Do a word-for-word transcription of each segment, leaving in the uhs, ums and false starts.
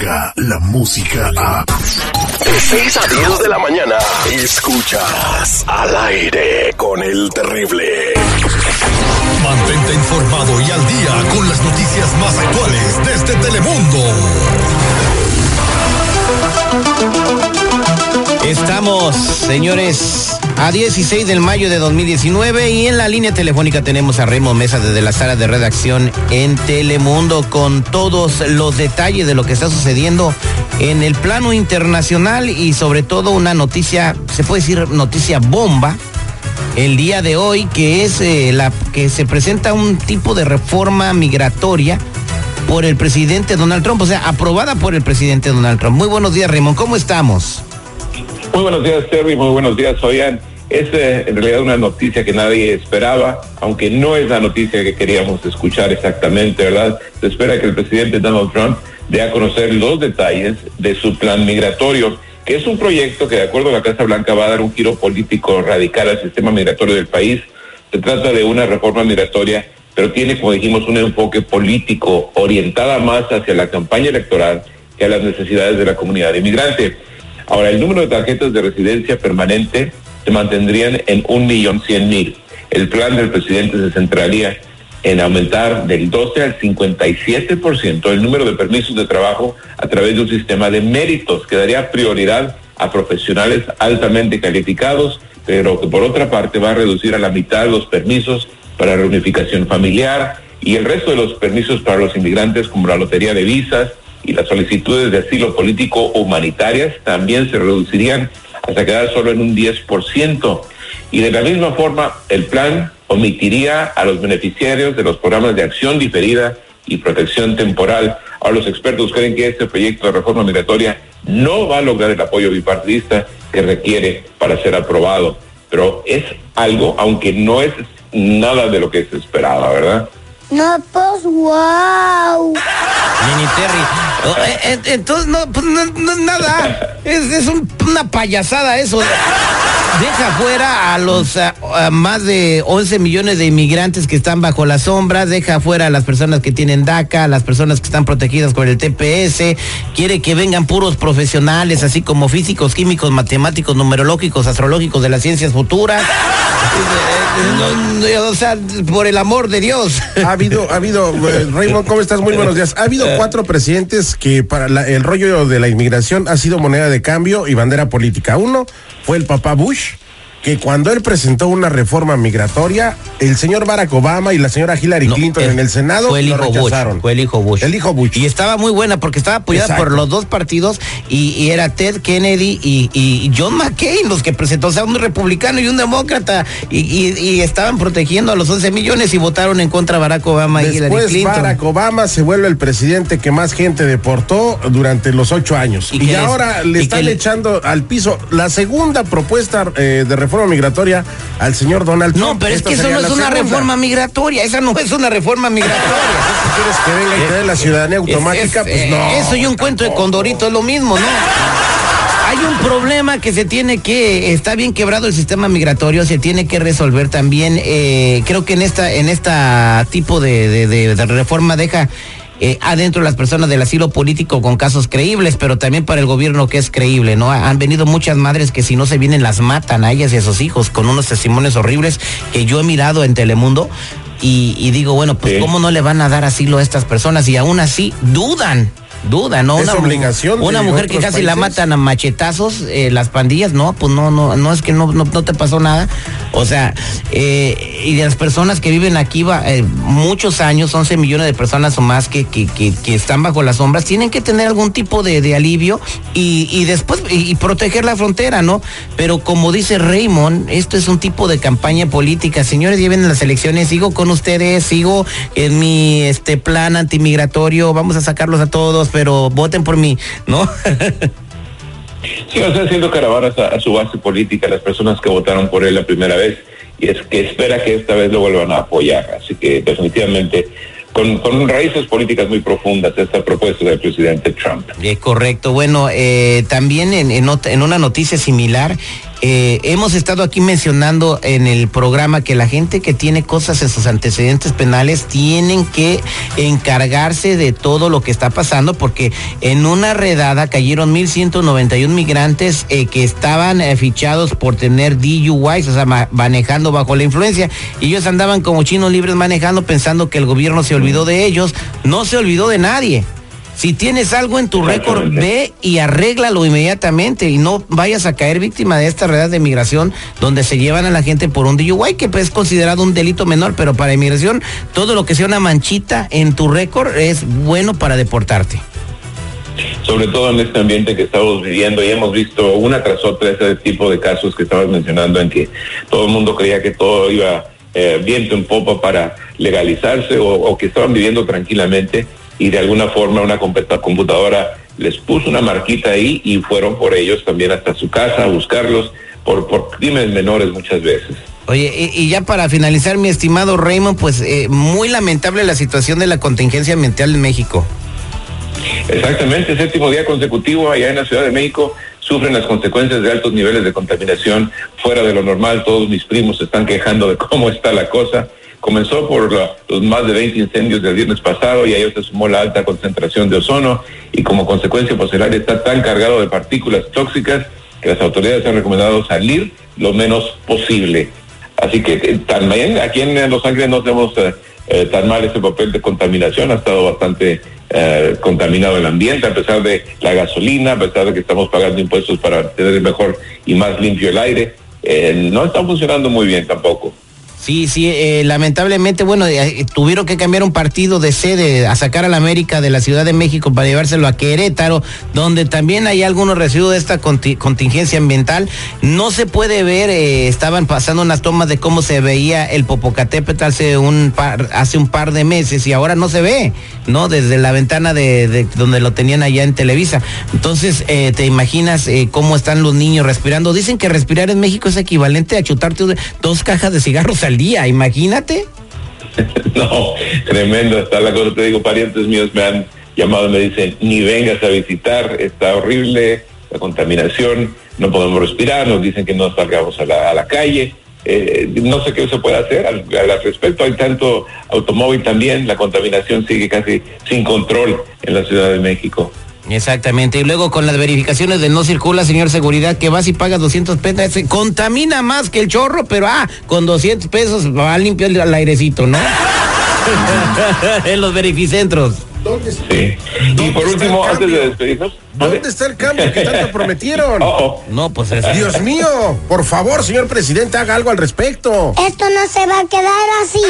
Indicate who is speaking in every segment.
Speaker 1: Llega la música a... De seis a diez de la mañana, escuchas Al Aire con el Terrible.
Speaker 2: Mantente informado y al día con las noticias más actuales desde Telemundo.
Speaker 3: Estamos, señores, a dieciséis de mayo de dos mil diecinueve y en la línea telefónica tenemos a Raymond Mesa desde la sala de redacción en Telemundo con todos los detalles de lo que está sucediendo en el plano internacional y sobre todo una noticia, se puede decir noticia bomba, el día de hoy, que es eh, la que se presenta un tipo de reforma migratoria por el presidente Donald Trump, o sea, aprobada por el presidente Donald Trump. Muy buenos días, Raymond, ¿cómo estamos?
Speaker 4: Muy buenos días, Terry, muy buenos días, Oigan. Es eh, en realidad una noticia que nadie esperaba, aunque no es la noticia que queríamos escuchar exactamente, ¿verdad? Se espera que el presidente Donald Trump dé a conocer los detalles de su plan migratorio, que es un proyecto que, de acuerdo a la Casa Blanca, va a dar un giro político radical al sistema migratorio del país. Se trata de una reforma migratoria, pero tiene, como dijimos, un enfoque político orientada más hacia la campaña electoral que a las necesidades de la comunidad inmigrante. Ahora, el número de tarjetas de residencia permanente se mantendrían en un millón cien mil. El plan del presidente se centraría en aumentar del doce al cincuenta y siete por ciento el número de permisos de trabajo a través de un sistema de méritos que daría prioridad a profesionales altamente calificados, pero que por otra parte va a reducir a la mitad los permisos para reunificación familiar y el resto de los permisos para los inmigrantes, como la lotería de visas y las solicitudes de asilo político humanitarias, también se reducirían hasta quedar solo en un diez por ciento. Y de la misma forma, el plan omitiría a los beneficiarios de los programas de acción diferida y protección temporal. Ahora, los expertos creen que este proyecto de reforma migratoria no va a lograr el apoyo bipartidista que requiere para ser aprobado, pero es algo, aunque no es nada de lo que se esperaba, ¿verdad?
Speaker 5: No, pues, wow.
Speaker 3: Mini Terry. Entonces, no, pues no, no nada. Es, es un, una payasada eso. Deja fuera a los a, a más de once millones de inmigrantes que están bajo las sombras, deja fuera a las personas que tienen DACA, a las personas que están protegidas con el T P S, quiere que vengan puros profesionales, así como físicos, químicos, matemáticos, numerológicos, astrológicos de las ciencias futuras. O sea, por el amor de Dios.
Speaker 6: Ha habido, ha habido, eh, Raymond, ¿cómo estás? Muy buenos días. Ha habido cuatro presidentes que para la, el rollo de la inmigración ha sido moneda de cambio y bandera política. Uno fue el papá Bush, que cuando él presentó una reforma migratoria, el señor Barack Obama y la señora Hillary no, Clinton el, en el Senado
Speaker 3: fue el
Speaker 6: lo
Speaker 3: hijo
Speaker 6: rechazaron.
Speaker 3: Bush, fue el hijo Bush.
Speaker 6: El hijo Bush.
Speaker 3: Y estaba muy buena porque estaba apoyada Exacto. por los dos partidos y, y era Ted Kennedy y, y John McCain los que presentó, o sea, un republicano y un demócrata y, y, y estaban protegiendo a los once millones y votaron en contra de Barack Obama
Speaker 6: Después,
Speaker 3: y Hillary Clinton.
Speaker 6: Barack Obama se vuelve el presidente que más gente deportó durante los ocho años. Y, y ahora les, le están le... echando al piso la segunda propuesta eh, de reforma migratoria al señor Donald Trump.
Speaker 3: No, pero es que eso no es una segunda. reforma migratoria, esa no es una reforma migratoria.
Speaker 6: Si quieres que venga y te dé la ciudadanía automática, es, es, pues no.
Speaker 3: Eso y un cuento de Condorito es lo mismo, ¿no? Hay un problema que se tiene que, está bien quebrado el sistema migratorio, se tiene que resolver también, eh, creo que en esta, en esta tipo de, de, de, de reforma deja Eh, adentro las personas del asilo político con casos creíbles, pero también para el gobierno que es creíble, ¿no? Han venido muchas madres que si no se vienen las matan a ellas y a sus hijos con unos testimonios horribles que yo he mirado en Telemundo y, y digo, bueno, pues sí. ¿Cómo no le van a dar asilo a estas personas? Y aún así dudan. Duda, ¿no?
Speaker 6: Es
Speaker 3: una
Speaker 6: obligación.
Speaker 3: Una mujer que casi países? la matan a machetazos, eh, las pandillas, no, pues no, no, no es que no, no, no te pasó nada. O sea, eh, y de las personas que viven aquí va, eh, muchos años, once millones de personas o más que, que, que, que están bajo las sombras, tienen que tener algún tipo de, de alivio y, y después, y, y proteger la frontera, ¿no? Pero como dice Raymond, esto es un tipo de campaña política. Señores, lleven las elecciones, sigo con ustedes, sigo en mi este plan antimigratorio, vamos a sacarlos a todos, pero voten por mí, ¿no?
Speaker 4: Sí, o sea, haciendo caravanas a, a su base política, las personas que votaron por él la primera vez, y es que espera que esta vez lo vuelvan a apoyar. Así que definitivamente con, con raíces políticas muy profundas esta propuesta del presidente Trump.
Speaker 3: Eh, correcto. Bueno, eh, también en, en, en una noticia similar, eh, hemos estado aquí mencionando en el programa que la gente que tiene cosas en sus antecedentes penales tienen que encargarse de todo lo que está pasando, porque en una redada cayeron mil ciento noventa y uno migrantes eh, que estaban eh, fichados por tener D U Is, o sea, ma- manejando bajo la influencia, y ellos andaban como chinos libres manejando pensando que el gobierno se olvidó de ellos. No se olvidó de nadie. Si tienes algo en tu récord, ve y arréglalo inmediatamente y no vayas a caer víctima de esta redada de migración donde se llevan a la gente por un D U I, que pues, es considerado un delito menor, pero para inmigración todo lo que sea una manchita en tu récord es bueno para deportarte.
Speaker 4: Sobre todo en este ambiente que estamos viviendo, y hemos visto una tras otra ese tipo de casos que estabas mencionando, en que todo el mundo creía que todo iba eh, viento en popa para legalizarse, o, o que estaban viviendo tranquilamente, y de alguna forma una computadora les puso una marquita ahí y fueron por ellos también hasta su casa a buscarlos por, por crímenes menores muchas veces.
Speaker 3: Oye, y, y ya para finalizar, mi estimado Raymond, pues eh, muy lamentable la situación de la contingencia ambiental en México.
Speaker 4: Exactamente, séptimo día consecutivo allá en la Ciudad de México sufren las consecuencias de altos niveles de contaminación fuera de lo normal. Todos mis primos se están quejando de cómo está la cosa. Comenzó por la, los más de veinte incendios del viernes pasado, y a ellos se sumó la alta concentración de ozono, y como consecuencia pues el aire está tan cargado de partículas tóxicas que las autoridades han recomendado salir lo menos posible. Así que eh, también aquí en Los Ángeles no tenemos eh, eh, tan mal ese papel de contaminación. Ha estado bastante eh, contaminado el ambiente, a pesar de la gasolina, a pesar de que estamos pagando impuestos para tener mejor y más limpio el aire. Eh, no está funcionando muy bien tampoco.
Speaker 3: Sí, sí, eh, lamentablemente, bueno, eh, tuvieron que cambiar un partido de sede a sacar a la América de la Ciudad de México para llevárselo a Querétaro, donde también hay algunos residuos de esta conti- contingencia ambiental. No se puede ver, eh, estaban pasando unas tomas de cómo se veía el Popocatépetl hace un par, hace un par de meses, y ahora no se ve, ¿no? Desde la ventana de, de donde lo tenían allá en Televisa. Entonces, eh, te imaginas eh, cómo están los niños respirando. Dicen que respirar en México es equivalente a chutarte dos cajas de cigarros al día, imagínate.
Speaker 4: No, tremendo está la cosa. Te digo, parientes míos me han llamado y me dicen, ni vengas a visitar, está horrible la contaminación, no podemos respirar, nos dicen que no salgamos a la, a la calle. Eh, no sé qué se puede hacer al, al respecto. Hay tanto automóvil también, la contaminación sigue casi sin control en la Ciudad de México.
Speaker 3: Exactamente, y luego con las verificaciones de no circula, señor seguridad, que vas y pagas doscientos pesos, se contamina más que el chorro, pero ah, con doscientos pesos va a limpiar el airecito, ¿no? En los verificentros.
Speaker 6: ¿Dónde está?
Speaker 4: Sí. Y por último, antes de despedirnos,
Speaker 6: ¿dónde está el cambio que tanto prometieron?
Speaker 4: Oh, oh.
Speaker 3: No, pues es...
Speaker 6: Dios mío, por favor, señor presidente, haga algo al respecto.
Speaker 5: Esto no se va a quedar así.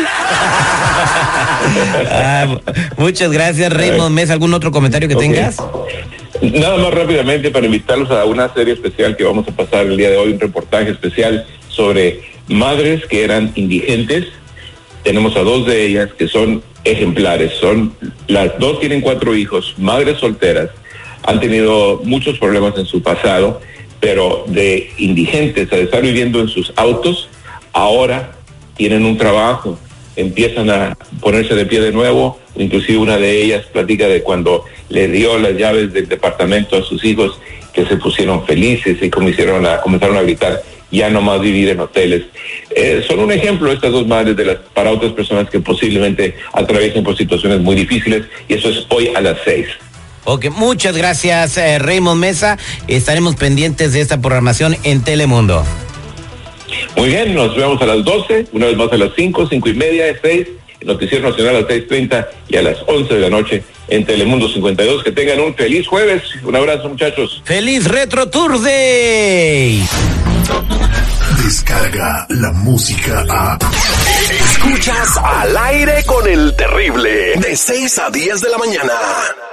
Speaker 3: Ah, muchas gracias, Raymond Mesa. ¿Algún otro comentario que
Speaker 4: Okay.
Speaker 3: tengas?
Speaker 4: Nada más rápidamente para invitarlos a una serie especial que vamos a pasar el día de hoy, un reportaje especial sobre madres que eran indigentes. Tenemos a dos de ellas que son ejemplares, son las dos tienen cuatro hijos, madres solteras, han tenido muchos problemas en su pasado, pero de indigentes, a estar viviendo en sus autos, ahora tienen un trabajo, empiezan a ponerse de pie de nuevo. Inclusive una de ellas platica de cuando le dio las llaves del departamento a sus hijos, que se pusieron felices y comenzaron a, comenzaron a gritar, ya no más vivir en hoteles. Eh, son un ejemplo estas dos madres de las, para otras personas que posiblemente atraviesen por situaciones muy difíciles, y eso es hoy a las seis.
Speaker 3: Ok, muchas gracias, eh, Raymond Mesa. Estaremos pendientes de esta programación en Telemundo.
Speaker 4: Muy bien, nos vemos a las doce, una vez más a las cinco, cinco y media, seis, el Noticiero Nacional a las seis treinta y a las once de la noche en Telemundo cincuenta y dos. Que tengan un feliz jueves. Un abrazo, muchachos.
Speaker 3: ¡Feliz Retro Tuesday!
Speaker 2: Descarga la música a...
Speaker 1: Escuchas Al Aire con el Terrible, de seis a diez de la mañana.